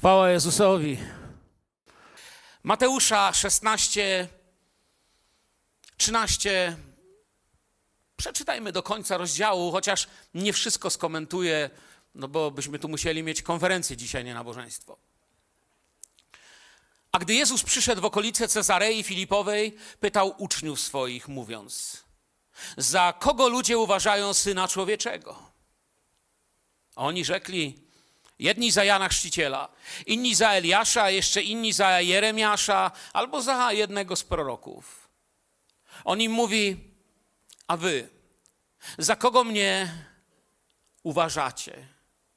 Chwała Jezusowi. Mateusza 16, 13. Przeczytajmy do końca rozdziału, chociaż nie wszystko skomentuję, no bo byśmy tu musieli mieć konferencję dzisiaj, nie nabożeństwo. A gdy Jezus przyszedł w okolice Cezarei Filipowej, pytał uczniów swoich, mówiąc: za kogo ludzie uważają Syna Człowieczego? A oni rzekli: jedni za Jana Chrzciciela, inni za Eliasza, a jeszcze inni za Jeremiasza, albo za jednego z proroków. On im mówi: a wy, za kogo mnie uważacie?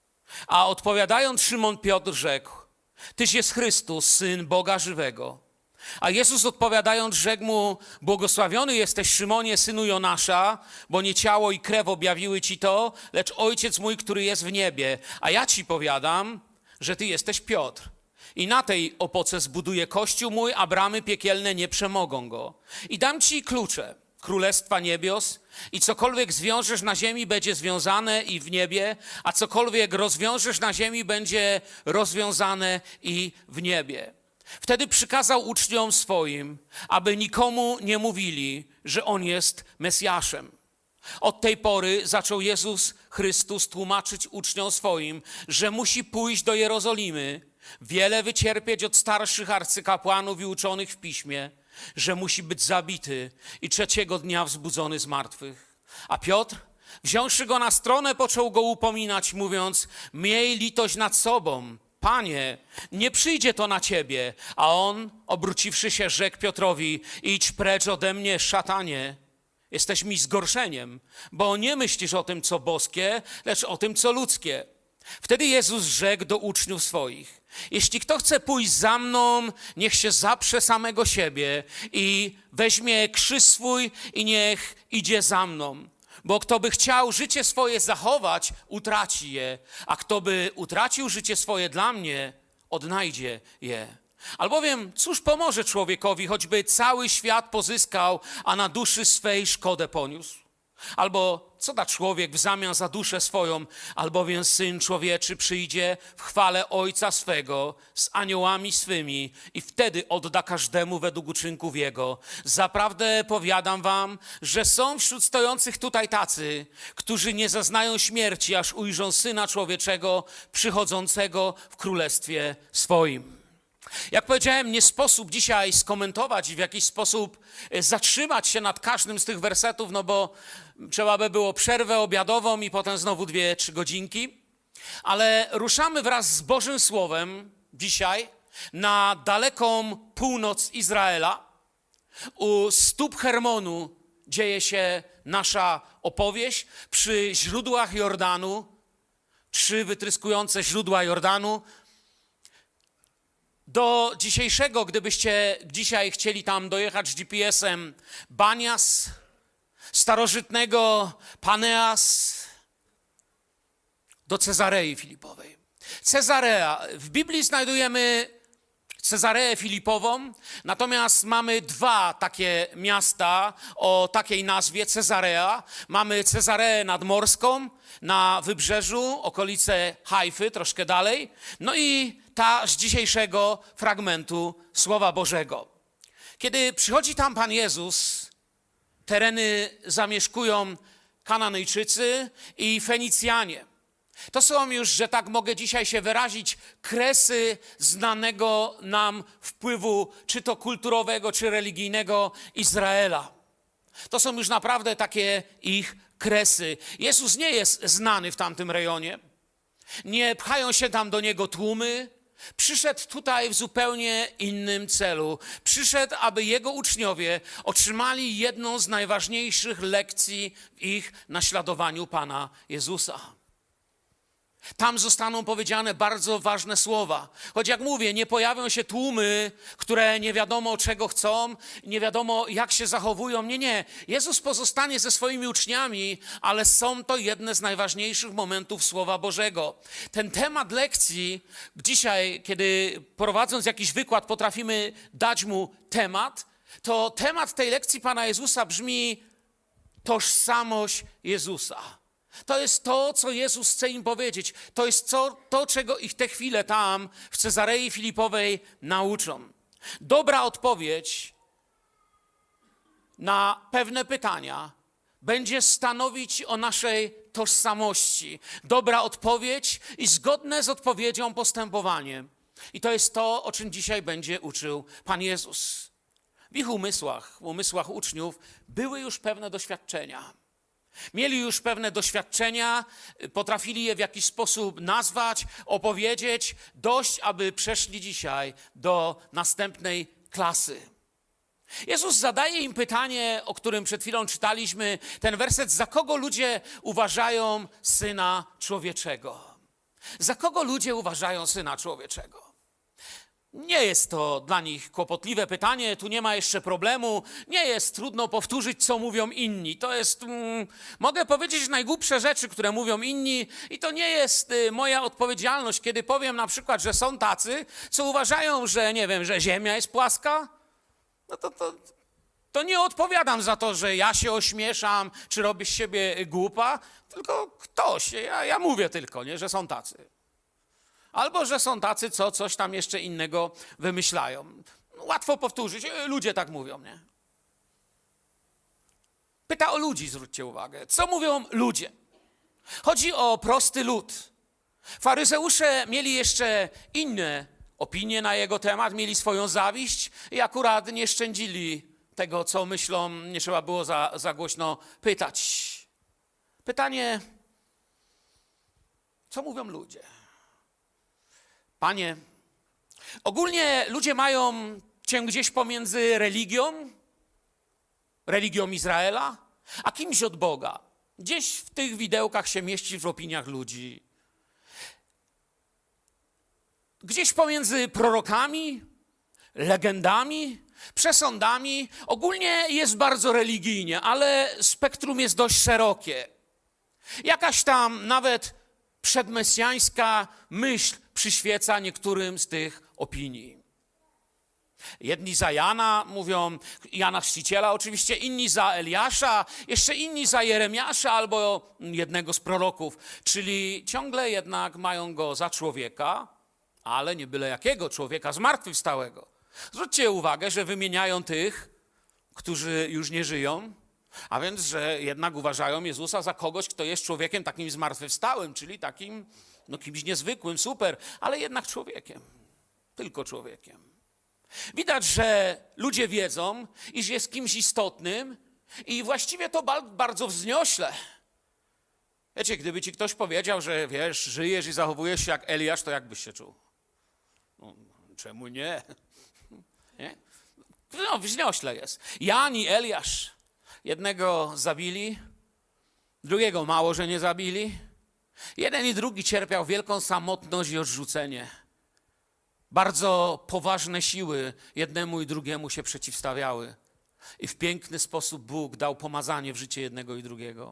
A odpowiadając, Szymon Piotr rzekł: Tyś jest Chrystus, Syn Boga żywego. A Jezus odpowiadając rzekł mu: błogosławiony jesteś, Szymonie, synu Jonasza, bo nie ciało i krew objawiły ci to, lecz Ojciec mój, który jest w niebie. A ja ci powiadam, że ty jesteś Piotr. I na tej opoce zbuduję Kościół mój, a bramy piekielne nie przemogą go. I dam ci klucze Królestwa Niebios, i cokolwiek zwiążesz na ziemi, będzie związane i w niebie, a cokolwiek rozwiążesz na ziemi, będzie rozwiązane i w niebie. Wtedy przykazał uczniom swoim, aby nikomu nie mówili, że On jest Mesjaszem. Od tej pory zaczął Jezus Chrystus tłumaczyć uczniom swoim, że musi pójść do Jerozolimy, wiele wycierpieć od starszych arcykapłanów i uczonych w piśmie, że musi być zabity i trzeciego dnia wzbudzony z martwych. A Piotr, wziąwszy go na stronę, począł go upominać, mówiąc: miej litość nad sobą, Panie, nie przyjdzie to na ciebie. A on, obróciwszy się, rzekł Piotrowi: idź precz ode mnie, szatanie. Jesteś mi zgorszeniem, bo nie myślisz o tym, co boskie, lecz o tym, co ludzkie. Wtedy Jezus rzekł do uczniów swoich: jeśli kto chce pójść za mną, niech się zaprze samego siebie i weźmie krzyż swój i niech idzie za mną. Bo kto by chciał życie swoje zachować, utraci je, a kto by utracił życie swoje dla mnie, odnajdzie je. Albowiem cóż pomoże człowiekowi, choćby cały świat pozyskał, a na duszy swej szkodę poniósł? Albo co da człowiek w zamian za duszę swoją? Albowiem Syn Człowieczy przyjdzie w chwale Ojca swego z aniołami swymi i wtedy odda każdemu według uczynków jego. Zaprawdę powiadam wam, że są wśród stojących tutaj tacy, którzy nie zaznają śmierci, aż ujrzą Syna Człowieczego przychodzącego w królestwie swoim. Jak powiedziałem, nie sposób dzisiaj skomentować i w jakiś sposób zatrzymać się nad każdym z tych wersetów, no bo trzeba by było przerwę obiadową i potem znowu 2-3 godzinki. Ale ruszamy wraz z Bożym Słowem dzisiaj na daleką północ Izraela. U stóp Hermonu dzieje się nasza opowieść przy źródłach Jordanu. 3 wytryskujące źródła Jordanu. Do dzisiejszego, gdybyście dzisiaj chcieli tam dojechać z GPS-em, Banias, starożytnego Paneas, do Cezarei Filipowej. Cezarea. W Biblii znajdujemy Cezareę Filipową, natomiast mamy 2 takie miasta o takiej nazwie, Cezarea. Mamy Cezareę nadmorską na wybrzeżu, okolice Hajfy, troszkę dalej. No i ta z dzisiejszego fragmentu Słowa Bożego. Kiedy przychodzi tam Pan Jezus, tereny zamieszkują Kananejczycy i Fenicjanie. To są już, że tak mogę dzisiaj się wyrazić, kresy znanego nam wpływu, czy to kulturowego, czy religijnego Izraela. To są już naprawdę takie ich kresy. Jezus nie jest znany w tamtym rejonie. Nie pchają się tam do Niego tłumy. Przyszedł tutaj w zupełnie innym celu. Przyszedł, aby Jego uczniowie otrzymali jedną z najważniejszych lekcji w ich naśladowaniu Pana Jezusa. Tam zostaną powiedziane bardzo ważne słowa. Choć jak mówię, nie pojawią się tłumy, które nie wiadomo czego chcą, nie wiadomo jak się zachowują. Nie. Jezus pozostanie ze swoimi uczniami, ale są to jedne z najważniejszych momentów Słowa Bożego. Ten temat lekcji, dzisiaj, kiedy prowadząc jakiś wykład potrafimy dać mu temat, to temat tej lekcji Pana Jezusa brzmi: tożsamość Jezusa. To jest to, co Jezus chce im powiedzieć. To jest to, czego ich te chwile tam w Cezarei Filipowej nauczą. Dobra odpowiedź na pewne pytania będzie stanowić o naszej tożsamości. Dobra odpowiedź i zgodne z odpowiedzią postępowanie. I to jest to, o czym dzisiaj będzie uczył Pan Jezus. W ich umysłach, w umysłach uczniów były już pewne doświadczenia. Mieli już pewne doświadczenia, potrafili je w jakiś sposób nazwać, opowiedzieć, dość, aby przeszli dzisiaj do następnej klasy. Jezus zadaje im pytanie, o którym przed chwilą czytaliśmy, ten werset: za kogo ludzie uważają Syna Człowieczego? Za kogo ludzie uważają Syna Człowieczego? Nie jest to dla nich kłopotliwe pytanie, tu nie ma jeszcze problemu, nie jest trudno powtórzyć, co mówią inni. To jest, mogę powiedzieć, najgłupsze rzeczy, które mówią inni, i to nie jest moja odpowiedzialność, kiedy powiem na przykład, że są tacy, co uważają, że nie wiem, że Ziemia jest płaska. No to nie odpowiadam za to, że ja się ośmieszam, czy robię z siebie głupa, tylko ktoś, ja mówię tylko, nie, że są tacy. Albo, że są tacy, co coś tam jeszcze innego wymyślają. Łatwo powtórzyć, ludzie tak mówią, nie? Pyta o ludzi, zwróćcie uwagę. Co mówią ludzie? Chodzi o prosty lud. Faryzeusze mieli jeszcze inne opinie na jego temat, mieli swoją zawiść i akurat nie szczędzili tego, co myślą, nie trzeba było za głośno pytać. Pytanie, co mówią ludzie? Panie, ogólnie ludzie mają cię gdzieś pomiędzy religią Izraela, a kimś od Boga. Gdzieś w tych widełkach się mieści w opiniach ludzi. Gdzieś pomiędzy prorokami, legendami, przesądami. Ogólnie jest bardzo religijnie, ale spektrum jest dość szerokie. Jakaś tam nawet przedmesjańska myśl przyświeca niektórym z tych opinii. Jedni za Jana, mówią Jana Chrzciciela oczywiście, inni za Eliasza, jeszcze inni za Jeremiasza albo jednego z proroków. Czyli ciągle jednak mają go za człowieka, ale nie byle jakiego człowieka, zmartwychwstałego. Zwróćcie uwagę, że wymieniają tych, którzy już nie żyją, a więc, że jednak uważają Jezusa za kogoś, kto jest człowiekiem takim zmartwychwstałym, czyli takim, kimś niezwykłym, super, ale jednak człowiekiem, tylko człowiekiem. Widać, że ludzie wiedzą, iż jest kimś istotnym i właściwie to bardzo wzniośle. Wiecie, gdyby ci ktoś powiedział, że wiesz, żyjesz i zachowujesz się jak Eliasz, to jak byś się czuł? No, czemu nie? Nie? No, wzniośle jest. Jan i Eliasz. Jednego zabili, drugiego mało, że nie zabili. Jeden i drugi cierpiał wielką samotność i odrzucenie. Bardzo poważne siły jednemu i drugiemu się przeciwstawiały. I w piękny sposób Bóg dał pomazanie w życie jednego i drugiego.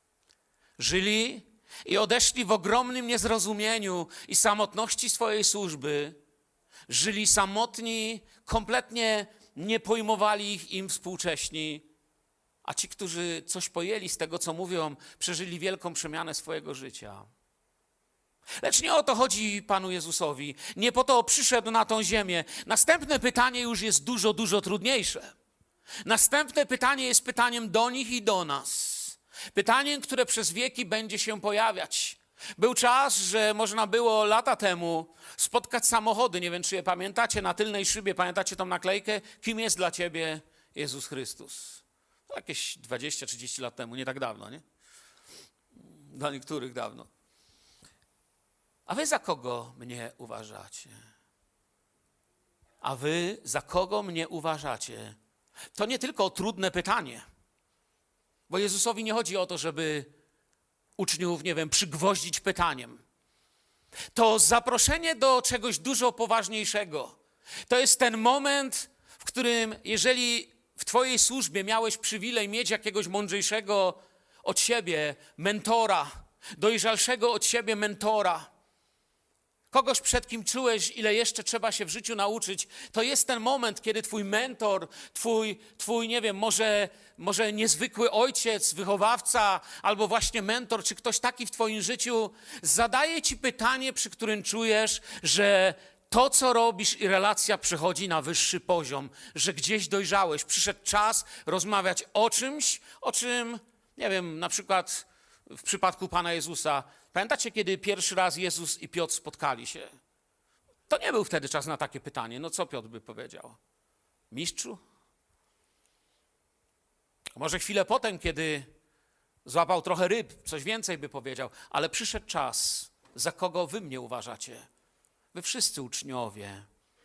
Żyli i odeszli w ogromnym niezrozumieniu i samotności swojej służby. Żyli samotni, kompletnie nie pojmowali ich im współcześni. A ci, którzy coś pojęli z tego, co mówią, przeżyli wielką przemianę swojego życia. Lecz nie o to chodzi Panu Jezusowi. Nie po to przyszedł na tą ziemię. Następne pytanie już jest dużo, dużo trudniejsze. Następne pytanie jest pytaniem do nich i do nas. Pytaniem, które przez wieki będzie się pojawiać. Był czas, że można było lata temu spotkać samochody, nie wiem, czy je pamiętacie, na tylnej szybie, pamiętacie tą naklejkę? Kim jest dla ciebie Jezus Chrystus? To jakieś 20-30 lat temu, nie tak dawno, nie? Dla niektórych dawno. A wy za kogo mnie uważacie? A wy za kogo mnie uważacie? To nie tylko trudne pytanie, bo Jezusowi nie chodzi o to, żeby uczniów, nie wiem, przygwoździć pytaniem. To zaproszenie do czegoś dużo poważniejszego. To jest ten moment, w którym jeżeli w twojej służbie miałeś przywilej mieć jakiegoś mądrzejszego od siebie mentora, dojrzalszego od siebie mentora, kogoś, przed kim czułeś, ile jeszcze trzeba się w życiu nauczyć, to jest ten moment, kiedy twój mentor, twój nie wiem, może niezwykły ojciec, wychowawca, albo właśnie mentor, czy ktoś taki w twoim życiu zadaje ci pytanie, przy którym czujesz, że to, co robisz i relacja przechodzi na wyższy poziom, że gdzieś dojrzałeś, przyszedł czas rozmawiać o czymś, o czym, nie wiem, na przykład w przypadku Pana Jezusa. Pamiętacie, kiedy pierwszy raz Jezus i Piotr spotkali się? To nie był wtedy czas na takie pytanie. No co Piotr by powiedział? Mistrzu? Może chwilę potem, kiedy złapał trochę ryb, coś więcej by powiedział, ale przyszedł czas, za kogo wy mnie uważacie? Wy wszyscy uczniowie.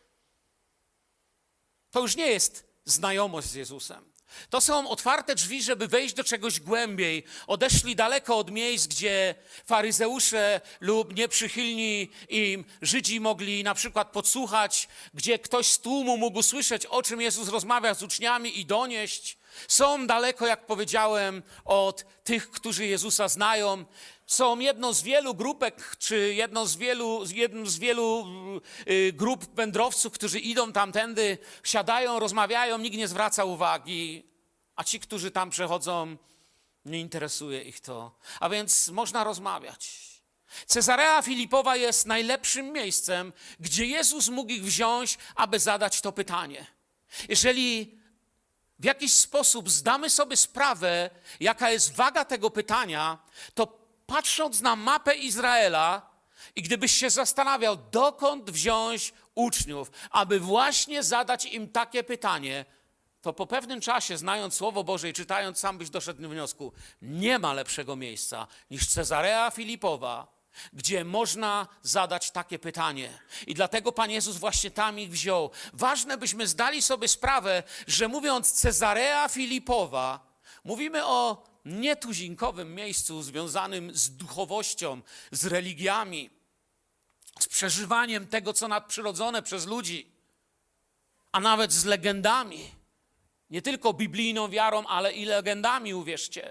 To już nie jest znajomość z Jezusem. To są otwarte drzwi, żeby wejść do czegoś głębiej. Odeszli daleko od miejsc, gdzie faryzeusze lub nieprzychylni im Żydzi mogli na przykład podsłuchać, gdzie ktoś z tłumu mógł słyszeć, o czym Jezus rozmawia z uczniami i donieść. Są daleko, jak powiedziałem, od tych, którzy Jezusa znają. Są jedną z wielu grupek, czy jedną z wielu grup wędrowców, którzy idą tamtędy, siadają, rozmawiają, nikt nie zwraca uwagi, a ci, którzy tam przechodzą, nie interesuje ich to. A więc można rozmawiać. Cezarea Filipowa jest najlepszym miejscem, gdzie Jezus mógł ich wziąć, aby zadać to pytanie. Jeżeli w jakiś sposób zdamy sobie sprawę, jaka jest waga tego pytania, to patrząc na mapę Izraela i gdybyś się zastanawiał, dokąd wziąć uczniów, aby właśnie zadać im takie pytanie, to po pewnym czasie, znając Słowo Boże i czytając, sam byś doszedł do wniosku, nie ma lepszego miejsca niż Cezarea Filipowa, gdzie można zadać takie pytanie. I dlatego Pan Jezus właśnie tam ich wziął. Ważne, byśmy zdali sobie sprawę, że mówiąc Cezarea Filipowa, mówimy o nietuzinkowym miejscu związanym z duchowością, z religiami, z przeżywaniem tego, co nadprzyrodzone przez ludzi, a nawet z legendami. Nie tylko biblijną wiarą, ale i legendami, uwierzcie.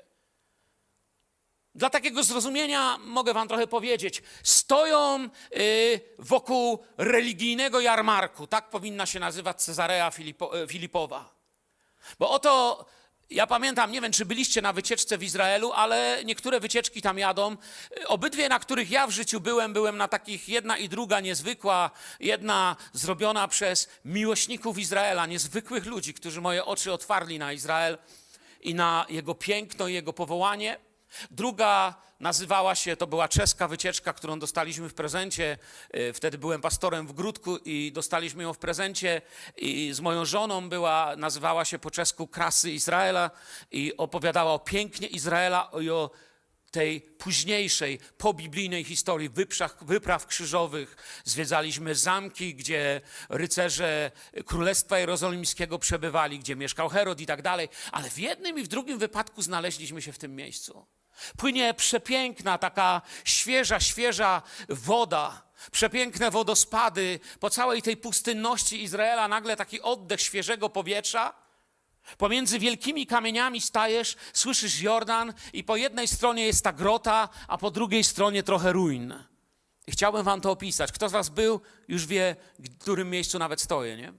Dla takiego zrozumienia mogę wam trochę powiedzieć. Stoją wokół religijnego jarmarku. Tak powinna się nazywać Cezarea Filipowa. Bo oto, ja pamiętam, nie wiem, czy byliście na wycieczce w Izraelu, ale niektóre wycieczki tam jadą. Obydwie, na których ja w życiu byłem na takich, jedna i druga niezwykła. Jedna zrobiona przez miłośników Izraela, niezwykłych ludzi, którzy moje oczy otwarli na Izrael i na jego piękno i jego powołanie. Druga nazywała się, to była czeska wycieczka, którą dostaliśmy w prezencie. Wtedy byłem pastorem w Gródku i dostaliśmy ją w prezencie. I z moją żoną nazywała się po czesku Krasy Izraela i opowiadała o pięknie Izraela i o tej późniejszej, pobiblijnej historii wypraw krzyżowych. Zwiedzaliśmy zamki, gdzie rycerze Królestwa Jerozolimskiego przebywali, gdzie mieszkał Herod i tak dalej. Ale w jednym i w drugim wypadku znaleźliśmy się w tym miejscu. Płynie przepiękna, taka świeża woda, przepiękne wodospady. Po całej tej pustynności Izraela nagle taki oddech świeżego powietrza. Pomiędzy wielkimi kamieniami stajesz, słyszysz Jordan i po jednej stronie jest ta grota, a po drugiej stronie trochę ruin. I chciałbym wam to opisać. Kto z was był, już wie, w którym miejscu nawet stoję, nie?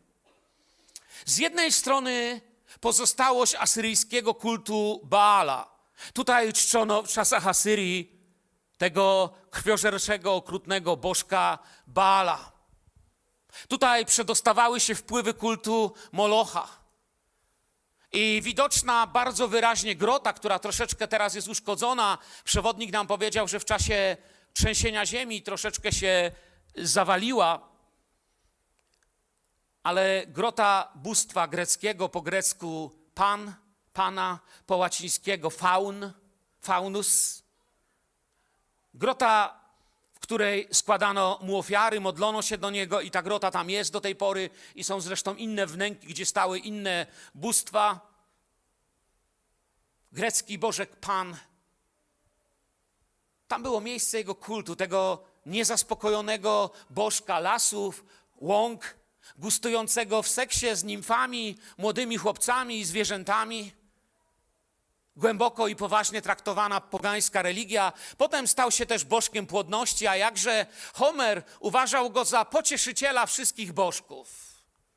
Z jednej strony pozostałość asyryjskiego kultu Baala. Tutaj czczono w czasach Asyrii tego krwiożerczego, okrutnego bożka Baala. Tutaj przedostawały się wpływy kultu Molocha. I widoczna bardzo wyraźnie grota, która troszeczkę teraz jest uszkodzona. Przewodnik nam powiedział, że w czasie trzęsienia ziemi troszeczkę się zawaliła. Ale grota bóstwa greckiego, po grecku pan, pana, po łacińskiego faunus. Grota, w której składano mu ofiary, modlono się do niego i ta grota tam jest do tej pory i są zresztą inne wnęki, gdzie stały inne bóstwa. Grecki bożek Pan. Tam było miejsce jego kultu, tego niezaspokojonego bożka lasów, łąk, gustującego w seksie z nimfami, młodymi chłopcami i zwierzętami. głęboko i poważnie traktowana pogańska religia. Potem stał się też bożkiem płodności, a jakże Homer uważał go za pocieszyciela wszystkich bożków.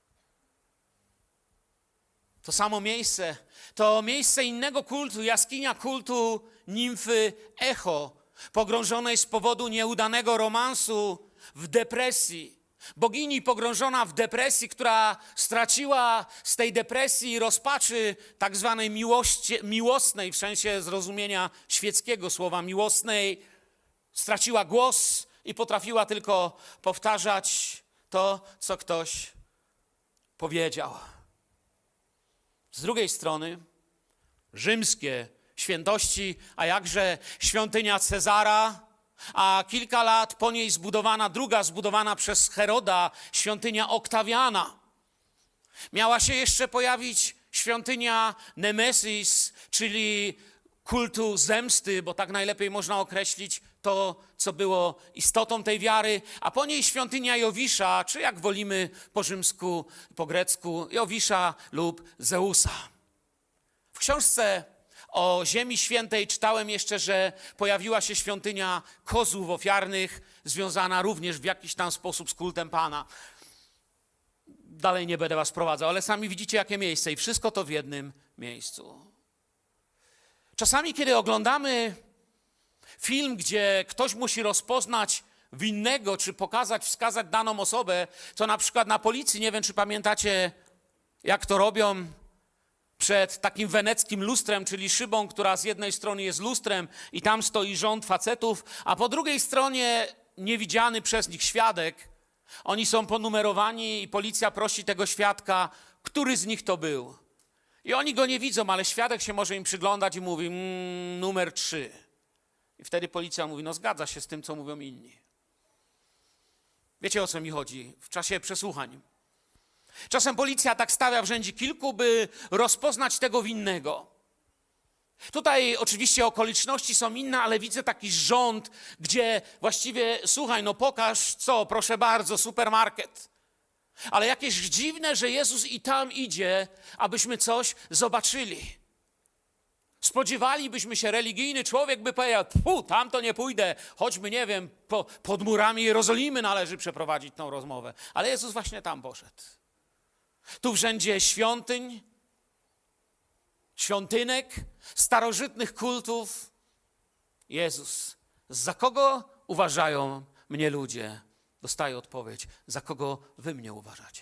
To samo miejsce, to miejsce innego kultu, jaskinia kultu nimfy Echo, pogrążonej z powodu nieudanego romansu w depresji. Bogini pogrążona w depresji, która straciła z tej depresji i rozpaczy tak zwanej miłosnej, w sensie zrozumienia świeckiego słowa miłosnej, straciła głos i potrafiła tylko powtarzać to, co ktoś powiedział. Z drugiej strony rzymskie świętości, a jakże świątynia Cezara, a kilka lat po niej zbudowana druga, zbudowana przez Heroda, świątynia Oktawiana. Miała się jeszcze pojawić świątynia Nemesis, czyli kultu zemsty, bo tak najlepiej można określić to, co było istotą tej wiary, a po niej świątynia Jowisza, czy jak wolimy po rzymsku, po grecku, Jowisza lub Zeusa. W książce o Ziemi Świętej czytałem jeszcze, że pojawiła się świątynia kozłów ofiarnych, związana również w jakiś tam sposób z kultem Pana. Dalej nie będę was prowadzał, ale sami widzicie, jakie miejsce i wszystko to w jednym miejscu. Czasami, kiedy oglądamy film, gdzie ktoś musi rozpoznać winnego, czy wskazać daną osobę, to na przykład na policji, nie wiem, czy pamiętacie, jak to robią, przed takim weneckim lustrem, czyli szybą, która z jednej strony jest lustrem i tam stoi rząd facetów, a po drugiej stronie niewidziany przez nich świadek. Oni są ponumerowani i policja prosi tego świadka, który z nich to był. I oni go nie widzą, ale świadek się może im przyglądać i mówi, numer 3. I wtedy policja mówi, no zgadza się z tym, co mówią inni. Wiecie, o co mi chodzi w czasie przesłuchań. Czasem policja tak stawia w rzędzie kilku, by rozpoznać tego winnego. Tutaj oczywiście okoliczności są inne, ale widzę taki rząd, gdzie właściwie, słuchaj, no pokaż co, proszę bardzo, supermarket. Ale jakieś dziwne, że Jezus i tam idzie, abyśmy coś zobaczyli. Spodziewalibyśmy się, religijny człowiek by powiedział, tam to nie pójdę, choćby, nie wiem, pod murami Jerozolimy należy przeprowadzić tą rozmowę. Ale Jezus właśnie tam poszedł. Tu w rzędzie świątyń, świątynek, starożytnych kultów. Jezus, za kogo uważają mnie ludzie? Dostaję odpowiedź, za kogo wy mnie uważacie?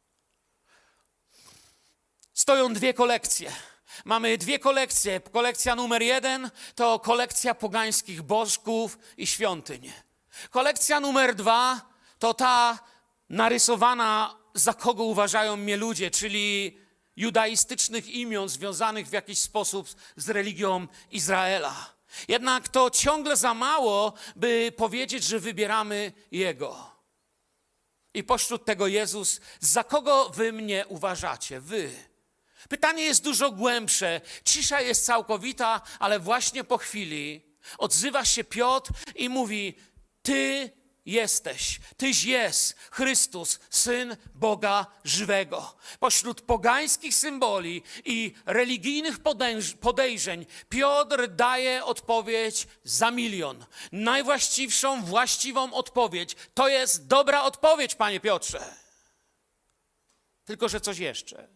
Stoją dwie kolekcje. Mamy dwie kolekcje. Kolekcja numer 1 to kolekcja pogańskich bożków i świątyń. Kolekcja numer 2 to ta narysowana, za kogo uważają mnie ludzie, czyli judaistycznych imion związanych w jakiś sposób z religią Izraela. Jednak to ciągle za mało, by powiedzieć, że wybieramy Jego. I pośród tego Jezus, za kogo wy mnie uważacie? Wy. Pytanie jest dużo głębsze. Cisza jest całkowita, ale właśnie po chwili odzywa się Piotr i mówi, Ty jesteś, Tyś jest Chrystus, Syn Boga żywego. Pośród pogańskich symboli i religijnych podejrzeń Piotr daje odpowiedź za 1 000 000. Najwłaściwszą, właściwą odpowiedź. To jest dobra odpowiedź, Panie Piotrze. Tylko że coś jeszcze.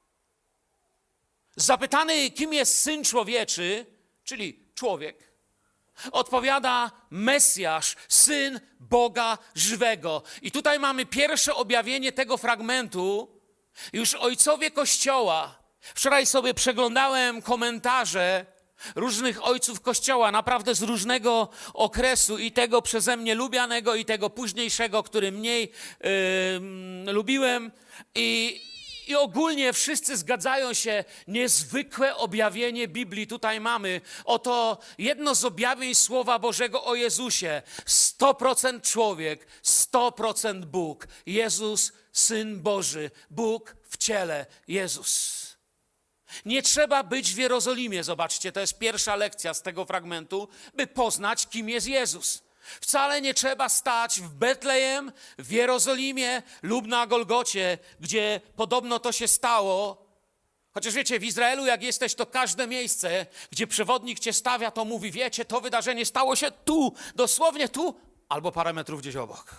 Zapytany, kim jest Syn Człowieczy, czyli człowiek, odpowiada Mesjasz, Syn Boga żywego. I tutaj mamy pierwsze objawienie tego fragmentu. Już ojcowie Kościoła. Wczoraj sobie przeglądałem komentarze różnych ojców Kościoła, naprawdę z różnego okresu, i tego przeze mnie lubianego, i tego późniejszego, który mniej lubiłem. I ogólnie wszyscy zgadzają się, niezwykłe objawienie Biblii tutaj mamy. Oto jedno z objawień Słowa Bożego o Jezusie. 100% człowiek, 100% Bóg. Jezus, Syn Boży, Bóg w ciele, Jezus. Nie trzeba być w Jerozolimie, zobaczcie, to jest pierwsza lekcja z tego fragmentu, by poznać, kim jest Jezus. Wcale nie trzeba stać w Betlejem, w Jerozolimie lub na Golgocie, gdzie podobno to się stało, Chociaż wiecie, w Izraelu jak jesteś, to każde miejsce, gdzie przewodnik cię stawia, to mówi, wiecie, to wydarzenie stało się tu, dosłownie tu, albo parę metrów gdzieś obok.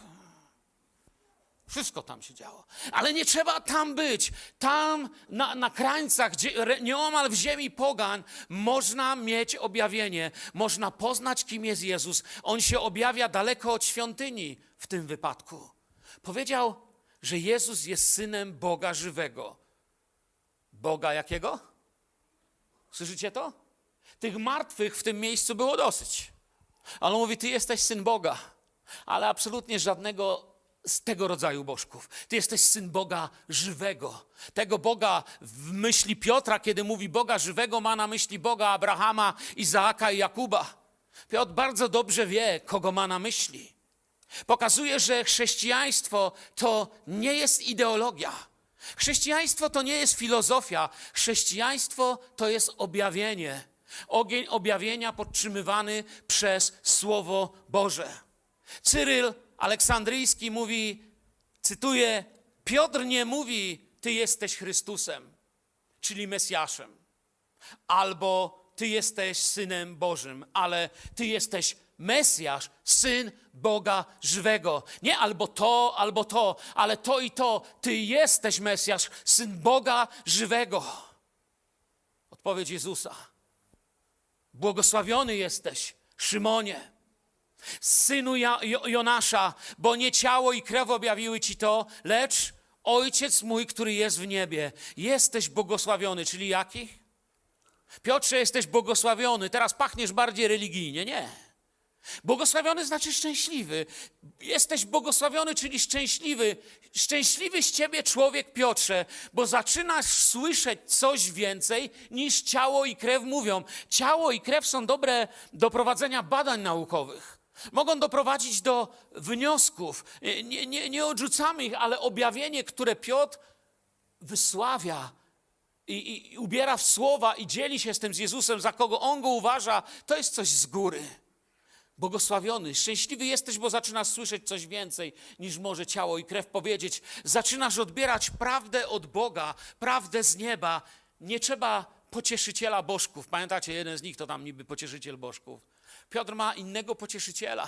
Wszystko tam się działo. Ale nie trzeba tam być. Tam na krańcach, gdzie nieomal w ziemi pogan, można mieć objawienie. Można poznać, kim jest Jezus. On się objawia daleko od świątyni w tym wypadku. Powiedział, że Jezus jest Synem Boga żywego. Boga jakiego? Słyszycie to? Tych martwych w tym miejscu było dosyć. Ale on mówi, ty jesteś Syn Boga. Ale absolutnie żadnego z tego rodzaju bożków. Ty jesteś Syn Boga żywego. Tego Boga w myśli Piotra, kiedy mówi Boga żywego, ma na myśli Boga Abrahama, Izaaka i Jakuba. Piotr bardzo dobrze wie, kogo ma na myśli. Pokazuje, że chrześcijaństwo to nie jest ideologia. Chrześcijaństwo to nie jest filozofia. Chrześcijaństwo to jest objawienie. Ogień objawienia podtrzymywany przez Słowo Boże. Cyryl Aleksandryjski mówi, cytuję, Piotr nie mówi, ty jesteś Chrystusem, czyli Mesjaszem, albo ty jesteś Synem Bożym, ale ty jesteś Mesjasz, Syn Boga żywego. Nie albo to, ale to i to. Ty jesteś Mesjasz, Syn Boga żywego. Odpowiedź Jezusa. Błogosławiony jesteś, Szymonie, synu Jonasza, bo nie ciało i krew objawiły ci to, lecz Ojciec mój, który jest w niebie. Jesteś błogosławiony, czyli jaki? Piotrze, jesteś błogosławiony. Teraz pachniesz bardziej religijnie. Nie. Błogosławiony znaczy szczęśliwy. Jesteś błogosławiony, czyli szczęśliwy. Szczęśliwy z ciebie człowiek, Piotrze, bo zaczynasz słyszeć coś więcej niż ciało i krew mówią. Ciało i krew są dobre do prowadzenia badań naukowych. Mogą doprowadzić do wniosków. Nie odrzucamy ich, ale objawienie, które Piotr wysławia i ubiera w słowa i dzieli się z tym z Jezusem, za kogo on go uważa, to jest coś z góry. Błogosławiony, szczęśliwy jesteś, bo zaczynasz słyszeć coś więcej niż może ciało i krew powiedzieć. Zaczynasz odbierać prawdę od Boga, prawdę z nieba. Nie trzeba pocieszyciela bożków. Pamiętacie, jeden z nich to tam niby pocieszyciel bożków. Piotr ma innego pocieszyciela.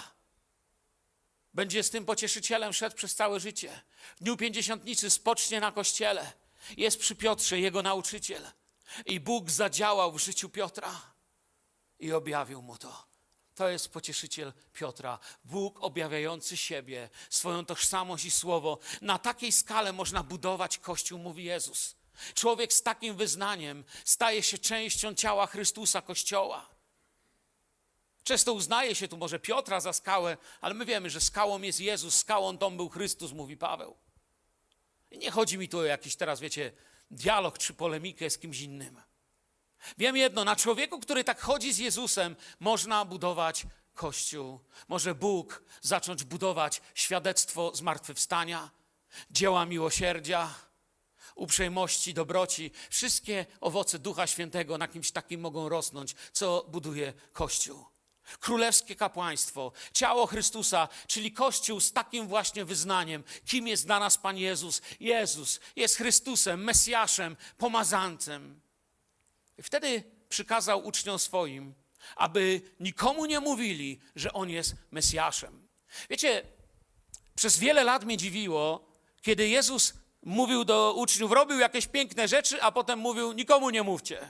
Będzie z tym pocieszycielem szedł przez całe życie. W dniu pięćdziesiątnicy spocznie na kościele. Jest przy Piotrze jego nauczyciel. I Bóg zadziałał w życiu Piotra i objawił mu to. To jest pocieszyciel Piotra. Bóg objawiający siebie, swoją tożsamość i słowo. Na takiej skale można budować Kościół, mówi Jezus. Człowiek z takim wyznaniem staje się częścią ciała Chrystusa, Kościoła. Często uznaje się tu może Piotra za skałę, ale my wiemy, że skałą jest Jezus, skałą tą był Chrystus, mówi Paweł. I nie chodzi mi tu o jakiś teraz, wiecie, dialog czy polemikę z kimś innym. Wiem jedno, na człowieku, który tak chodzi z Jezusem, można budować Kościół. Może Bóg zacząć budować świadectwo zmartwychwstania, dzieła miłosierdzia, uprzejmości, dobroci. Wszystkie owoce Ducha Świętego na kimś takim mogą rosnąć, co buduje Kościół. Królewskie kapłaństwo, ciało Chrystusa, czyli Kościół z takim właśnie wyznaniem, kim jest dla nas Pan Jezus. Jezus jest Chrystusem, Mesjaszem, pomazancem. I wtedy przykazał uczniom swoim, aby nikomu nie mówili, że On jest Mesjaszem. Wiecie, przez wiele lat mnie dziwiło, kiedy Jezus mówił do uczniów, robił jakieś piękne rzeczy, a potem mówił, nikomu nie mówcie.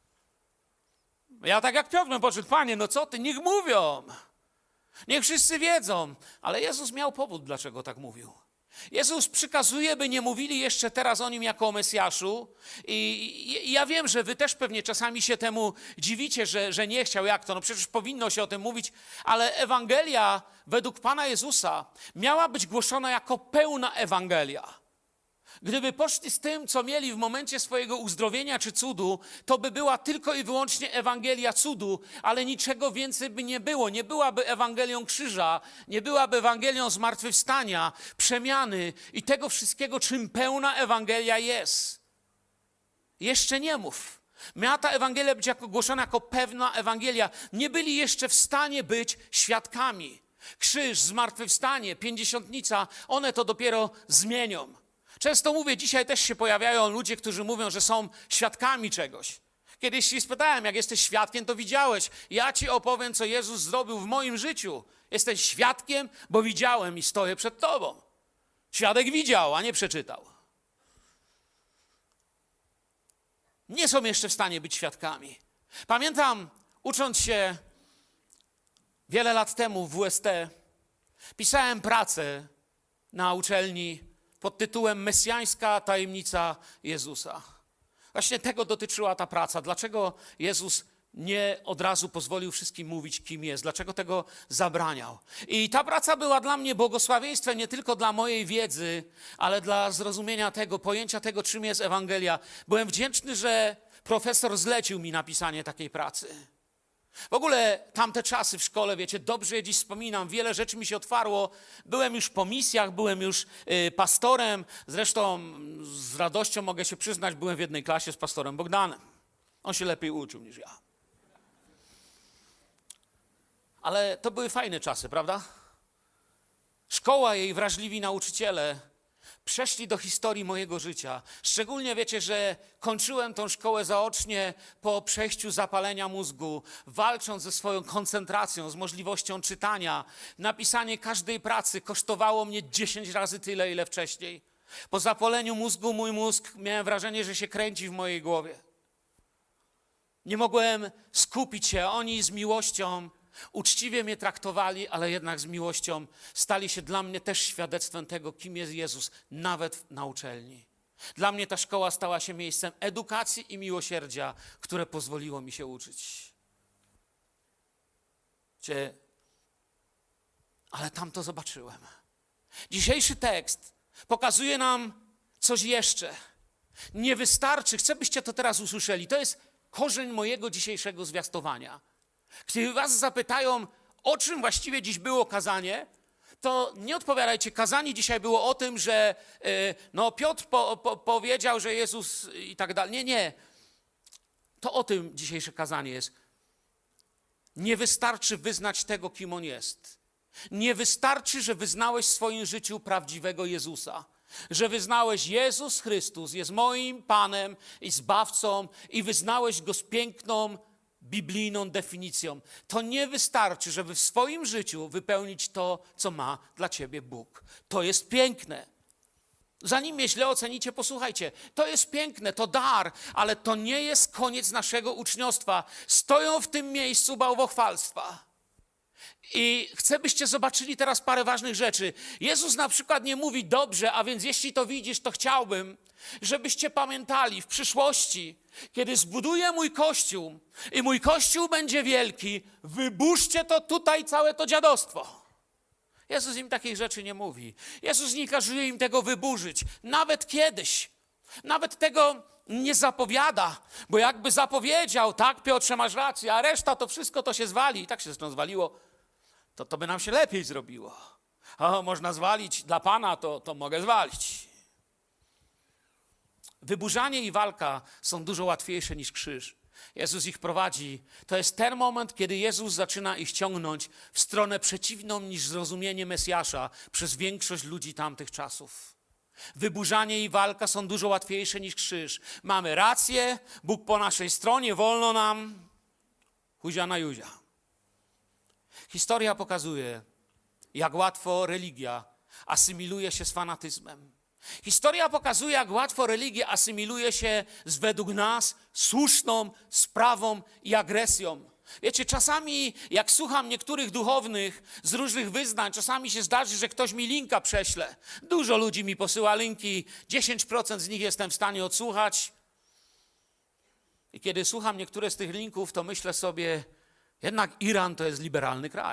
Ja tak jak Piotr bym poszedł, Panie, no co ty, niech mówią. Niech wszyscy wiedzą. Ale Jezus miał powód, dlaczego tak mówił. Jezus przykazuje, by nie mówili jeszcze teraz o Nim jako o Mesjaszu. I ja wiem, że wy też pewnie czasami się temu dziwicie, że nie chciał, jak to? No przecież powinno się o tym mówić. Ale Ewangelia według Pana Jezusa miała być głoszona jako pełna Ewangelia. Gdyby poszli z tym, co mieli w momencie swojego uzdrowienia czy cudu, to by była tylko i wyłącznie Ewangelia cudu, ale niczego więcej by nie było. Nie byłaby Ewangelią krzyża, nie byłaby Ewangelią zmartwychwstania, przemiany i tego wszystkiego, czym pełna Ewangelia jest. Jeszcze nie mów. Miała ta Ewangelia być głoszona jako pewna Ewangelia. Nie byli jeszcze w stanie być świadkami. Krzyż, zmartwychwstanie, pięćdziesiątnica, one to dopiero zmienią. Często mówię, dzisiaj też się pojawiają ludzie, którzy mówią, że są świadkami czegoś. Kiedyś się spytałem, jak jesteś świadkiem, to widziałeś. Ja ci opowiem, co Jezus zrobił w moim życiu. Jesteś świadkiem, bo widziałem i stoję przed tobą. Świadek widział, a nie przeczytał. Nie są jeszcze w stanie być świadkami. Pamiętam, ucząc się wiele lat temu w WST, pisałem pracę na uczelni pod tytułem Mesjańska tajemnica Jezusa. Właśnie tego dotyczyła ta praca. Dlaczego Jezus nie od razu pozwolił wszystkim mówić, kim jest? Dlaczego tego zabraniał? I ta praca była dla mnie błogosławieństwem nie tylko dla mojej wiedzy, ale dla zrozumienia tego, pojęcia tego, czym jest Ewangelia. Byłem wdzięczny, że profesor zlecił mi napisanie takiej pracy. W ogóle tamte czasy w szkole, wiecie, dobrze je dziś wspominam, wiele rzeczy mi się otwarło. Byłem już po misjach, byłem już pastorem. Zresztą z radością mogę się przyznać, byłem w jednej klasie z pastorem Bogdanem. On się lepiej uczył niż ja. Ale to były fajne czasy, prawda? Szkoła, jej wrażliwi nauczyciele przeszli do historii mojego życia. Szczególnie wiecie, że kończyłem tą szkołę zaocznie po przejściu zapalenia mózgu, walcząc ze swoją koncentracją, z możliwością czytania. Napisanie każdej pracy kosztowało mnie 10 razy tyle, ile wcześniej. Po zapaleniu mózgu mój mózg, miałem wrażenie, że się kręci w mojej głowie. Nie mogłem skupić się. Oni z miłością uczciwie mnie traktowali, ale jednak z miłością stali się dla mnie też świadectwem tego, kim jest Jezus, nawet na uczelni. Dla mnie ta szkoła stała się miejscem edukacji i miłosierdzia, które pozwoliło mi się uczyć. Ale tam to zobaczyłem. Dzisiejszy tekst pokazuje nam coś jeszcze. Nie wystarczy, chcę, byście to teraz usłyszeli, to jest korzeń mojego dzisiejszego zwiastowania. Gdy was zapytają, o czym właściwie dziś było kazanie, to nie odpowiadajcie, kazanie dzisiaj było o tym, że Piotr powiedział, że Jezus i tak dalej. Nie. To o tym dzisiejsze kazanie jest. Nie wystarczy wyznać tego, kim On jest. Nie wystarczy, że wyznałeś w swoim życiu prawdziwego Jezusa. Że wyznałeś, Jezus Chrystus jest moim Panem i Zbawcą i wyznałeś Go z piękną, biblijną definicją. To nie wystarczy, żeby w swoim życiu wypełnić to, co ma dla ciebie Bóg. To jest piękne. Zanim mnie źle ocenicie, posłuchajcie. To jest piękne, to dar, ale to nie jest koniec naszego uczniostwa. Stoją w tym miejscu bałwochwalstwa. I chcę, byście zobaczyli teraz parę ważnych rzeczy. Jezus na przykład nie mówi, dobrze, a więc jeśli to widzisz, to chciałbym, żebyście pamiętali w przyszłości, kiedy zbuduję mój kościół i mój kościół będzie wielki, wyburzcie to tutaj, całe to dziadostwo. Jezus im takich rzeczy nie mówi. Jezus nie każe im tego wyburzyć. Nawet kiedyś. Nawet tego nie zapowiada, bo jakby zapowiedział, tak, Piotrze, masz rację, a reszta to wszystko to się zwali. I tak się zresztą zwaliło, to by nam się lepiej zrobiło. Można zwalić, dla Pana to mogę zwalić. Wyburzanie i walka są dużo łatwiejsze niż krzyż. Jezus ich prowadzi. To jest ten moment, kiedy Jezus zaczyna ich ciągnąć w stronę przeciwną niż zrozumienie Mesjasza przez większość ludzi tamtych czasów. Wyburzanie i walka są dużo łatwiejsze niż krzyż. Mamy rację, Bóg po naszej stronie, wolno nam. Huzia na juzia. Historia pokazuje, jak łatwo religia asymiluje się z fanatyzmem. Historia pokazuje, jak łatwo religia asymiluje się z według nas słuszną sprawą i agresją. Wiecie, czasami jak słucham niektórych duchownych z różnych wyznań, czasami się zdarzy, że ktoś mi linka prześle. Dużo ludzi mi posyła linki, 10% z nich jestem w stanie odsłuchać. I kiedy słucham niektóre z tych linków, to myślę sobie, jednak Iran to jest liberalny kraj.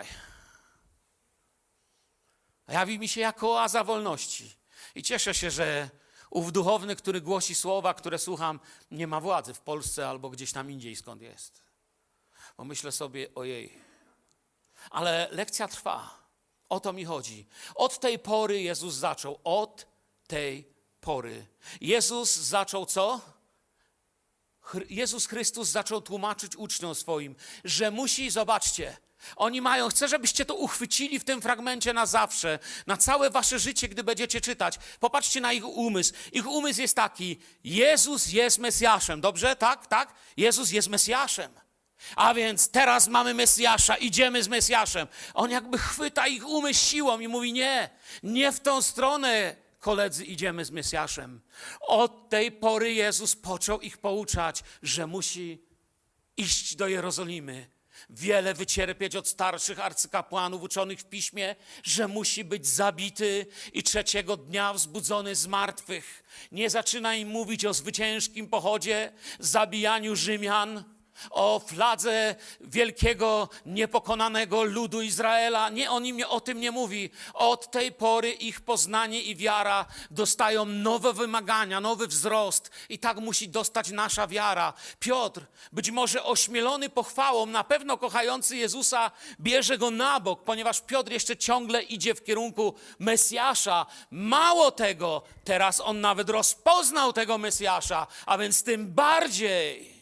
Jawi mi się jako oaza wolności. I cieszę się, że ów duchowny, który głosi słowa, które słucham, nie ma władzy w Polsce albo gdzieś tam indziej, skąd jest. Bo myślę sobie, ojej. Ale lekcja trwa. O to mi chodzi. Od tej pory Jezus zaczął. Od tej pory. Jezus zaczął co? Jezus Chrystus zaczął tłumaczyć uczniom swoim, że musi, zobaczcie, Oni mają, chcę, żebyście to uchwycili w tym fragmencie na zawsze, na całe wasze życie, gdy będziecie czytać. Popatrzcie na ich umysł. Ich umysł jest taki: Jezus jest Mesjaszem. Dobrze? Tak, tak? Jezus jest Mesjaszem. A więc teraz mamy Mesjasza, idziemy z Mesjaszem. On jakby chwyta ich umysł siłą i mówi: nie, nie w tą stronę, koledzy, idziemy z Mesjaszem. Od tej pory Jezus począł ich pouczać, że musi iść do Jerozolimy, wiele wycierpieć od starszych arcykapłanów uczonych w piśmie, że musi być zabity i trzeciego dnia wzbudzony z martwych. Nie zaczyna im mówić o zwycięskim pochodzie, zabijaniu Rzymian, o fladze wielkiego, niepokonanego ludu Izraela. Nie, on im o tym nie mówi. Od tej pory ich poznanie i wiara dostają nowe wymagania, nowy wzrost. I tak musi dostać nasza wiara. Piotr, być może ośmielony pochwałą, na pewno kochający Jezusa, bierze go na bok, ponieważ Piotr jeszcze ciągle idzie w kierunku Mesjasza. Mało tego, teraz on nawet rozpoznał tego Mesjasza, a więc tym bardziej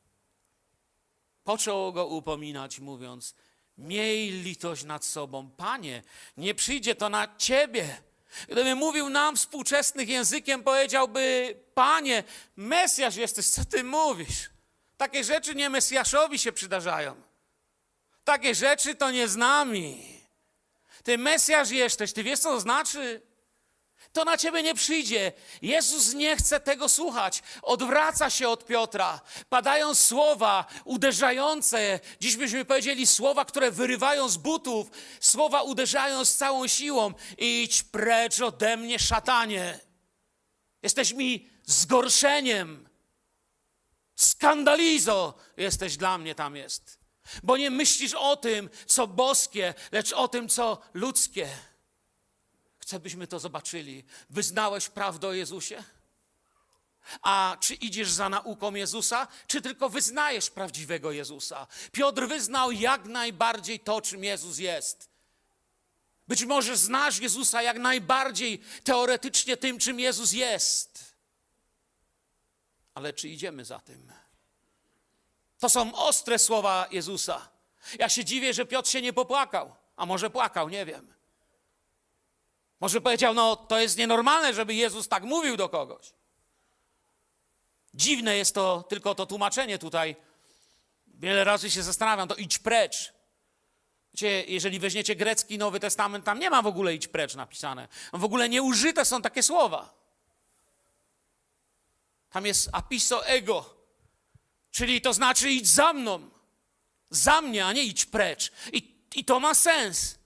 począł go upominać, mówiąc: miej litość nad sobą. Panie, nie przyjdzie to na ciebie. Gdyby mówił nam współczesnym językiem, powiedziałby: Panie, Mesjasz jesteś, co ty mówisz? Takie rzeczy nie Mesjaszowi się przydarzają. Takie rzeczy to nie z nami. Ty Mesjasz jesteś, ty wiesz, co to znaczy? To na ciebie nie przyjdzie. Jezus nie chce tego słuchać. Odwraca się od Piotra. Padają słowa uderzające. Dziś byśmy powiedzieli słowa, które wyrywają z butów. Słowa uderzają z całą siłą. Idź precz ode mnie, szatanie. Jesteś mi zgorszeniem. Skandalizo jesteś dla mnie, tam jest. Bo nie myślisz o tym, co boskie, lecz o tym, co ludzkie. Chcę, byśmy to zobaczyli. Wyznałeś prawdę o Jezusie? A czy idziesz za nauką Jezusa, czy tylko wyznajesz prawdziwego Jezusa? Piotr wyznał jak najbardziej to, czym Jezus jest. Być może znasz Jezusa jak najbardziej teoretycznie tym, czym Jezus jest. Ale czy idziemy za tym? To są ostre słowa Jezusa. Ja się dziwię, że Piotr się nie popłakał. A może płakał, nie wiem. Może powiedział: no to jest nienormalne, żeby Jezus tak mówił do kogoś. Dziwne jest to, tylko to tłumaczenie tutaj. Wiele razy się zastanawiam, to idź precz. Wiecie, jeżeli weźmiecie grecki Nowy Testament, tam nie ma w ogóle idź precz napisane. W ogóle nie użyte są takie słowa. Tam jest apiso ego, czyli to znaczy idź za mną. Za mnie, a nie idź precz. I to ma sens.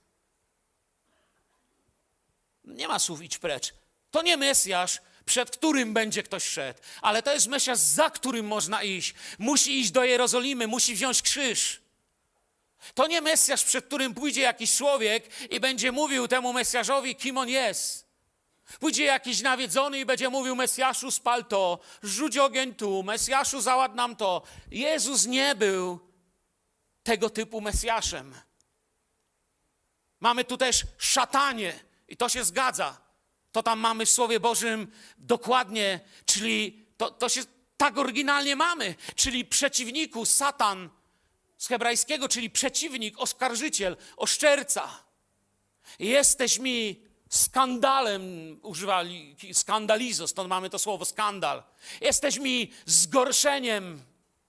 Nie ma słów idź precz. To nie Mesjasz, przed którym będzie ktoś szedł, ale to jest Mesjasz, za którym można iść. Musi iść do Jerozolimy, musi wziąć krzyż. To nie Mesjasz, przed którym pójdzie jakiś człowiek i będzie mówił temu Mesjaszowi, kim on jest. Pójdzie jakiś nawiedzony i będzie mówił: Mesjaszu, spal to, rzuć ogień tu, Mesjaszu, załatw nam to. Jezus nie był tego typu Mesjaszem. Mamy tu też szatanie. I to się zgadza. To tam mamy w Słowie Bożym dokładnie, czyli to się tak oryginalnie mamy. Czyli przeciwniku, Satan z hebrajskiego, czyli przeciwnik, oskarżyciel, oszczerca. Jesteś mi skandalem, używali skandalizo, stąd mamy to słowo skandal. Jesteś mi zgorszeniem.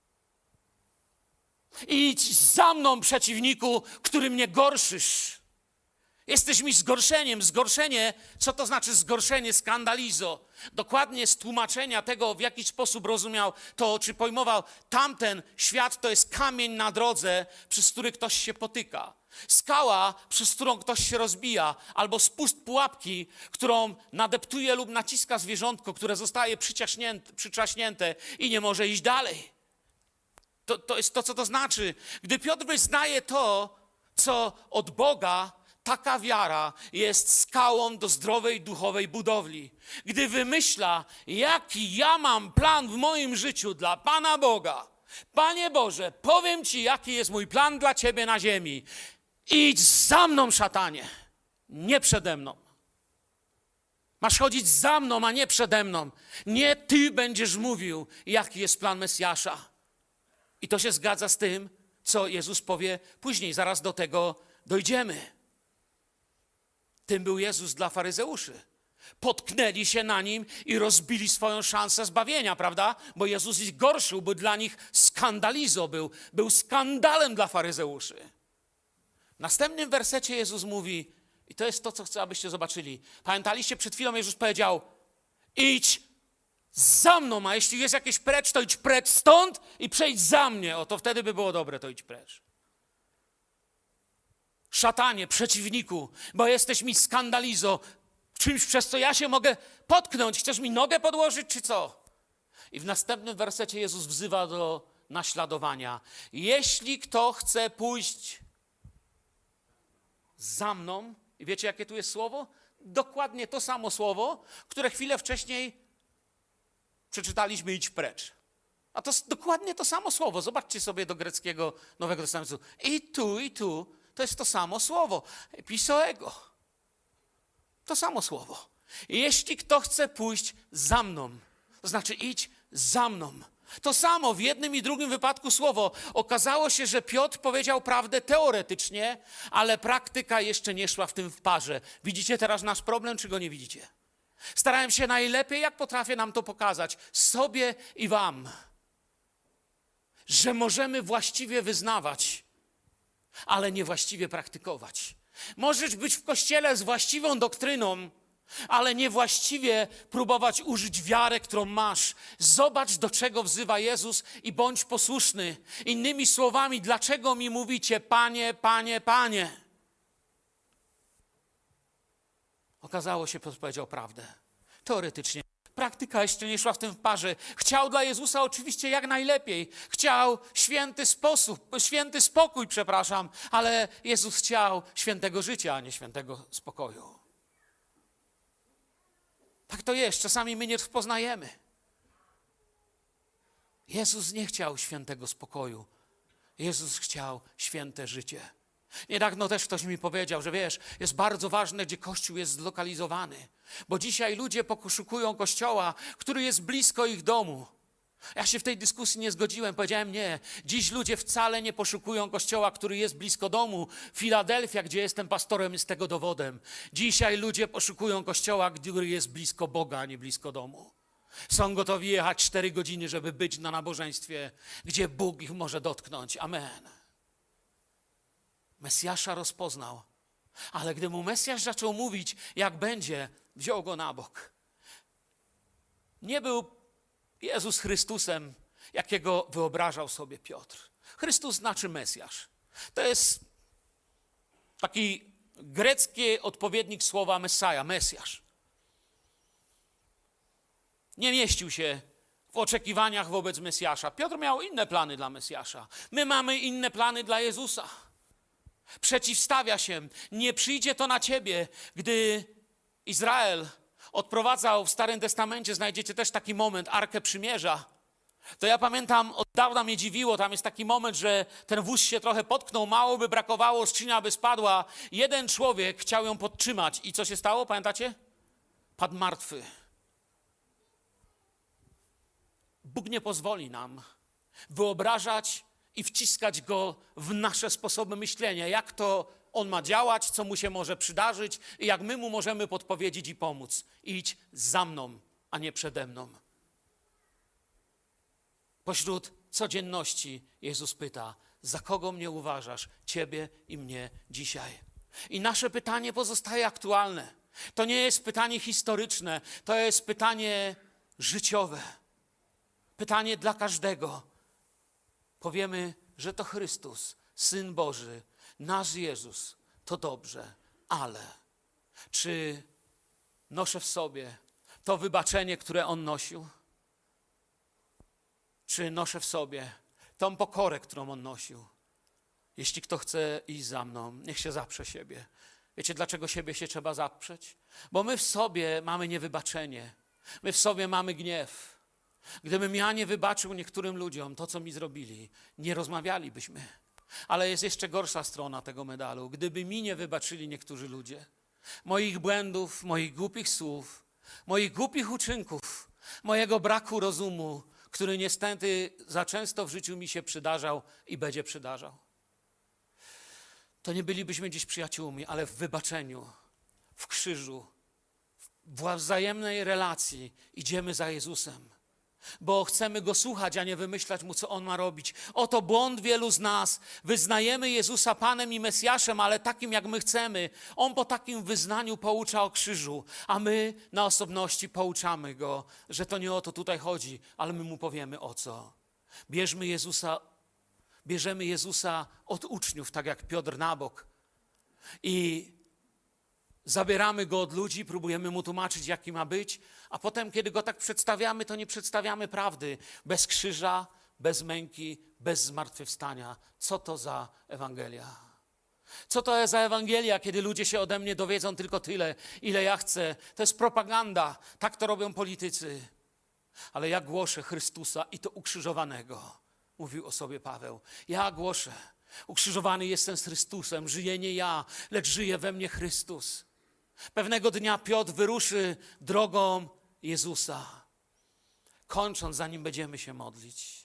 Idź za mną, przeciwniku, który mnie gorszysz. Jesteś mi zgorszeniem. Zgorszenie, co to znaczy zgorszenie, skandalizo? Dokładnie z tłumaczenia tego, w jaki sposób rozumiał to, czy pojmował tamten świat, to jest kamień na drodze, przez który ktoś się potyka. Skała, przez którą ktoś się rozbija, albo spust pułapki, którą nadeptuje lub naciska zwierzątko, które zostaje przyczaśnięte i nie może iść dalej. To jest to, co to znaczy. Gdy Piotr wyznaje to, co od Boga, taka wiara jest skałą do zdrowej duchowej budowli. Gdy wymyśla, jaki ja mam plan w moim życiu dla Pana Boga. Panie Boże, powiem Ci, jaki jest mój plan dla Ciebie na ziemi. Idź za mną, szatanie, nie przede mną. Masz chodzić za mną, a nie przede mną. Nie Ty będziesz mówił, jaki jest plan Mesjasza. I to się zgadza z tym, co Jezus powie później, zaraz do tego dojdziemy. Tym był Jezus dla faryzeuszy. Potknęli się na nim i rozbili swoją szansę zbawienia, prawda? Bo Jezus ich gorszył, był dla nich skandalizo, był skandalem dla faryzeuszy. W następnym wersecie Jezus mówi, i to jest to, co chcę, abyście zobaczyli. Pamiętaliście, przed chwilą Jezus powiedział, idź za mną, a jeśli jest jakieś precz, to idź precz stąd i przejdź za mnie. O, to wtedy by było dobre, to idź precz. Szatanie, przeciwniku, bo jesteś mi skandalizo, czymś, przez co ja się mogę potknąć. Chcesz mi nogę podłożyć, czy co? I w następnym wersecie Jezus wzywa do naśladowania. Jeśli kto chce pójść za mną, i wiecie, jakie tu jest słowo? Dokładnie to samo słowo, które chwilę wcześniej przeczytaliśmy, idź precz. A to jest dokładnie to samo słowo. Zobaczcie sobie do greckiego Nowego Testamentu. I tu, to jest to samo słowo. Episoego. To samo słowo. Jeśli kto chce pójść za mną, to znaczy idź za mną. To samo w jednym i drugim wypadku słowo. Okazało się, że Piotr powiedział prawdę teoretycznie, ale praktyka jeszcze nie szła w tym w parze. Widzicie teraz nasz problem, czy go nie widzicie? Starałem się najlepiej, jak potrafię nam to pokazać, sobie i wam, że możemy właściwie wyznawać, ale niewłaściwie praktykować. Możesz być w kościele z właściwą doktryną, ale niewłaściwie próbować użyć wiarę, którą masz. Zobacz, do czego wzywa Jezus i bądź posłuszny. Innymi słowami, dlaczego mi mówicie, Panie, Panie, Panie? Okazało się, Piotr powiedział prawdę. Teoretycznie. Praktyka jeszcze nie szła w tym w parze. Chciał dla Jezusa oczywiście jak najlepiej. Chciał święty spokój, ale Jezus chciał świętego życia, a nie świętego spokoju. Tak to jest. Czasami my nie rozpoznajemy. Jezus nie chciał świętego spokoju. Jezus chciał święte życie. Niedawno też ktoś mi powiedział, że wiesz, jest bardzo ważne, gdzie Kościół jest zlokalizowany. Bo dzisiaj ludzie poszukują Kościoła, który jest blisko ich domu. Ja się w tej dyskusji nie zgodziłem. Powiedziałem nie. Dziś ludzie wcale nie poszukują Kościoła, który jest blisko domu. Filadelfia, gdzie jestem pastorem, jest tego dowodem. Dzisiaj ludzie poszukują Kościoła, który jest blisko Boga, a nie blisko domu. Są gotowi jechać 4 godziny, żeby być na nabożeństwie, gdzie Bóg ich może dotknąć. Amen. Mesjasza rozpoznał, ale gdy mu Mesjasz zaczął mówić, jak będzie, wziął go na bok. Nie był Jezus Chrystusem, jakiego wyobrażał sobie Piotr. Chrystus znaczy Mesjasz. To jest taki grecki odpowiednik słowa Messiah, Mesjasz. Nie mieścił się w oczekiwaniach wobec Mesjasza. Piotr miał inne plany dla Mesjasza. My mamy inne plany dla Jezusa. Przeciwstawia się. Nie przyjdzie to na ciebie. Gdy Izrael odprowadzał w Starym Testamencie, znajdziecie też taki moment, Arkę Przymierza. To ja pamiętam, od dawna mnie dziwiło, tam jest taki moment, że ten wóz się trochę potknął, mało by brakowało, skrzynia by spadła. Jeden człowiek chciał ją podtrzymać. I co się stało, pamiętacie? Padł martwy. Bóg nie pozwoli nam wyobrażać i wciskać go w nasze sposoby myślenia, jak to on ma działać, co mu się może przydarzyć i jak my mu możemy podpowiedzieć i pomóc. Idź za mną, a nie przede mną. Pośród codzienności Jezus pyta, za kogo mnie uważasz, ciebie i mnie dzisiaj? I nasze pytanie pozostaje aktualne. To nie jest pytanie historyczne, to jest pytanie życiowe. Pytanie dla każdego. Powiemy, że to Chrystus, Syn Boży, nasz Jezus, to dobrze, ale czy noszę w sobie to wybaczenie, które On nosił? Czy noszę w sobie tą pokorę, którą On nosił? Jeśli kto chce iść za mną, niech się zaprze siebie. Wiecie, dlaczego siebie się trzeba zaprzeć? Bo my w sobie mamy niewybaczenie. My w sobie mamy gniew. Gdybym ja nie wybaczył niektórym ludziom to, co mi zrobili, nie rozmawialibyśmy. Ale jest jeszcze gorsza strona tego medalu. Gdyby mi nie wybaczyli niektórzy ludzie, moich błędów, moich głupich słów, moich głupich uczynków, mojego braku rozumu, który niestety za często w życiu mi się przydarzał i będzie przydarzał. To nie bylibyśmy dziś przyjaciółmi, ale w wybaczeniu, w krzyżu, w wzajemnej relacji idziemy za Jezusem. Bo chcemy Go słuchać, a nie wymyślać Mu, co On ma robić. Oto błąd wielu z nas. Wyznajemy Jezusa Panem i Mesjaszem, ale takim, jak my chcemy. On po takim wyznaniu poucza o krzyżu, a my na osobności pouczamy Go, że to nie o to tutaj chodzi, ale my Mu powiemy o co. Bierzemy Jezusa od uczniów, tak jak Piotr na bok. I zabieramy Go od ludzi, próbujemy Mu tłumaczyć, jaki ma być, a potem, kiedy Go tak przedstawiamy, to nie przedstawiamy prawdy. Bez krzyża, bez męki, bez zmartwychwstania. Co to za Ewangelia? Co to jest za Ewangelia, kiedy ludzie się ode mnie dowiedzą tylko tyle, ile ja chcę? To jest propaganda. Tak to robią politycy. Ale ja głoszę Chrystusa i to ukrzyżowanego, mówił o sobie Paweł. Ja głoszę. Ukrzyżowany jestem z Chrystusem. Żyję nie ja, lecz żyje we mnie Chrystus. Pewnego dnia Piotr wyruszy drogą Jezusa, kończąc, zanim będziemy się modlić.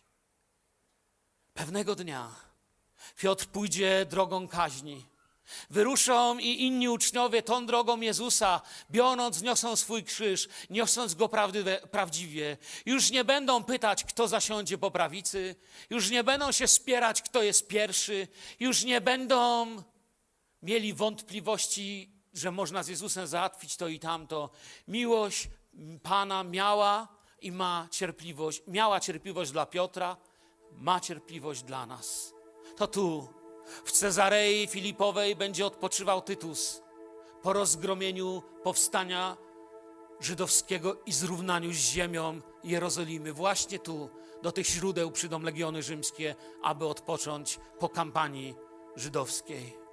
Pewnego dnia Piotr pójdzie drogą kaźni. Wyruszą i inni uczniowie tą drogą Jezusa, niosą swój krzyż, niosąc Go prawdziwie. Już nie będą pytać, kto zasiądzie po prawicy, już nie będą się spierać, kto jest pierwszy, już nie będą mieli wątpliwości, że można z Jezusem załatwić to i tamto. Miłość Pana miała i ma cierpliwość. Miała cierpliwość dla Piotra, ma cierpliwość dla nas. To tu, w Cezarei Filipowej, będzie odpoczywał Tytus po rozgromieniu powstania żydowskiego i zrównaniu z ziemią Jerozolimy. Właśnie tu, do tych źródeł przyjdą legiony rzymskie, aby odpocząć po kampanii żydowskiej.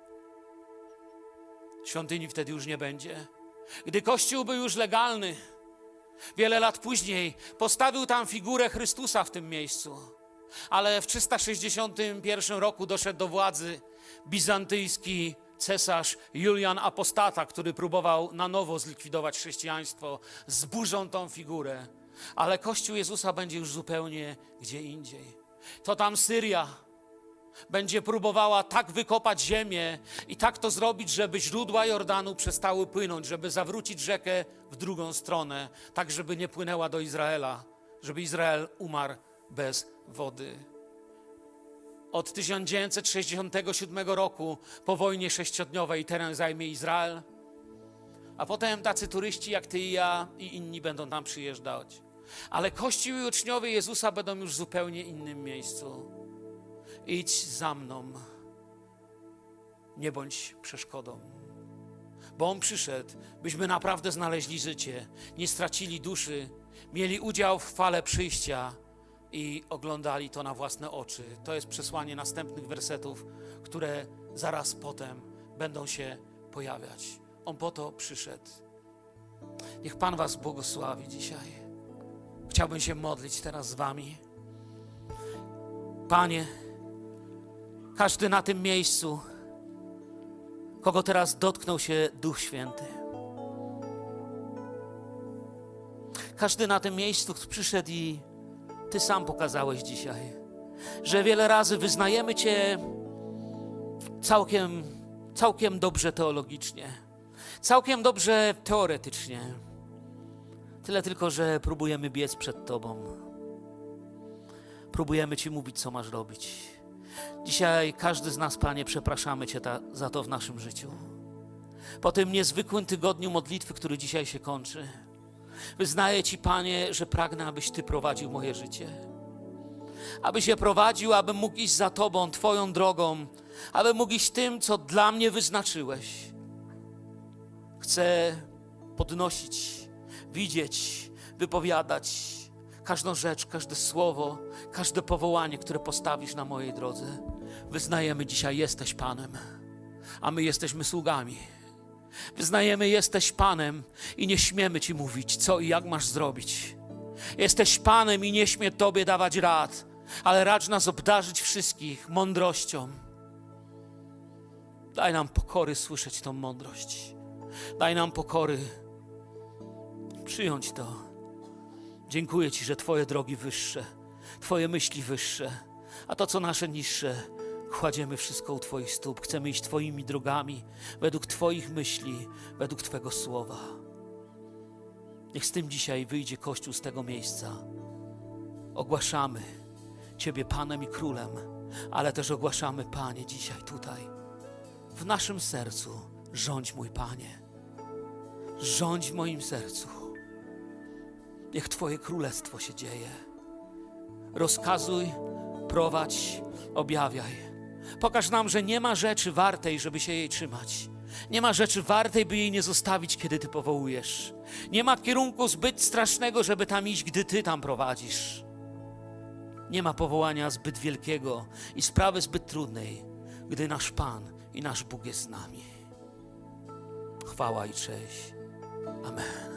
Świątyni wtedy już nie będzie. Gdy Kościół był już legalny, wiele lat później postawił tam figurę Chrystusa w tym miejscu. Ale w 361 roku doszedł do władzy bizantyjski cesarz Julian Apostata, który próbował na nowo zlikwidować chrześcijaństwo. Zburzą tą figurę. Ale Kościół Jezusa będzie już zupełnie gdzie indziej. To tam Syria będzie próbowała tak wykopać ziemię i tak to zrobić, żeby źródła Jordanu przestały płynąć, żeby zawrócić rzekę w drugą stronę, tak żeby nie płynęła do Izraela, żeby Izrael umarł bez wody. Od 1967 roku po wojnie sześciodniowej teren zajmie Izrael, a potem tacy turyści jak ty i ja i inni będą tam przyjeżdżać. Ale Kościół i uczniowie Jezusa będą już w zupełnie innym miejscu. Idź za mną, nie bądź przeszkodą. Bo On przyszedł, byśmy naprawdę znaleźli życie, nie stracili duszy, mieli udział w chwale przyjścia i oglądali to na własne oczy. To jest przesłanie następnych wersetów, które zaraz potem będą się pojawiać. On po to przyszedł. Niech Pan was błogosławi dzisiaj. Chciałbym się modlić teraz z wami. Panie, każdy na tym miejscu, kogo teraz dotknął się Duch Święty. Każdy na tym miejscu przyszedł i Ty sam pokazałeś dzisiaj, że wiele razy wyznajemy Cię całkiem dobrze teologicznie, całkiem dobrze teoretycznie. Tyle tylko, że próbujemy biec przed Tobą. Próbujemy Ci mówić, co masz robić. Dzisiaj każdy z nas, Panie, przepraszamy Cię za to w naszym życiu. Po tym niezwykłym tygodniu modlitwy, który dzisiaj się kończy, wyznaję Ci, Panie, że pragnę, abyś Ty prowadził moje życie. Abyś je prowadził, abym mógł iść za Tobą, Twoją drogą, abym mógł iść tym, co dla mnie wyznaczyłeś. Chcę podnosić, widzieć, wypowiadać każdą rzecz, każde słowo, każde powołanie, które postawisz na mojej drodze. Wyznajemy dzisiaj, jesteś Panem, a my jesteśmy sługami. Wyznajemy, jesteś Panem i nie śmiemy Ci mówić, co i jak masz zrobić. Jesteś Panem i nie śmie Tobie dawać rad, ale racz nas obdarzyć wszystkich mądrością. Daj nam pokory słyszeć tą mądrość. Daj nam pokory przyjąć to. Dziękuję Ci, że Twoje drogi wyższe Twoje myśli wyższe, a to, co nasze niższe, kładziemy wszystko u Twoich stóp. Chcemy iść Twoimi drogami, według Twoich myśli, według Twego słowa. Niech z tym dzisiaj wyjdzie Kościół z tego miejsca. Ogłaszamy Ciebie Panem i Królem, ale też ogłaszamy, Panie, dzisiaj tutaj, w naszym sercu, rządź, mój Panie. Rządź w moim sercu. Niech Twoje królestwo się dzieje. Rozkazuj, prowadź, objawiaj. Pokaż nam, że nie ma rzeczy wartej, żeby się jej trzymać. Nie ma rzeczy wartej, by jej nie zostawić, kiedy Ty powołujesz. Nie ma kierunku zbyt strasznego, żeby tam iść, gdy Ty tam prowadzisz. Nie ma powołania zbyt wielkiego i sprawy zbyt trudnej, gdy nasz Pan i nasz Bóg jest z nami. Chwała i cześć. Amen.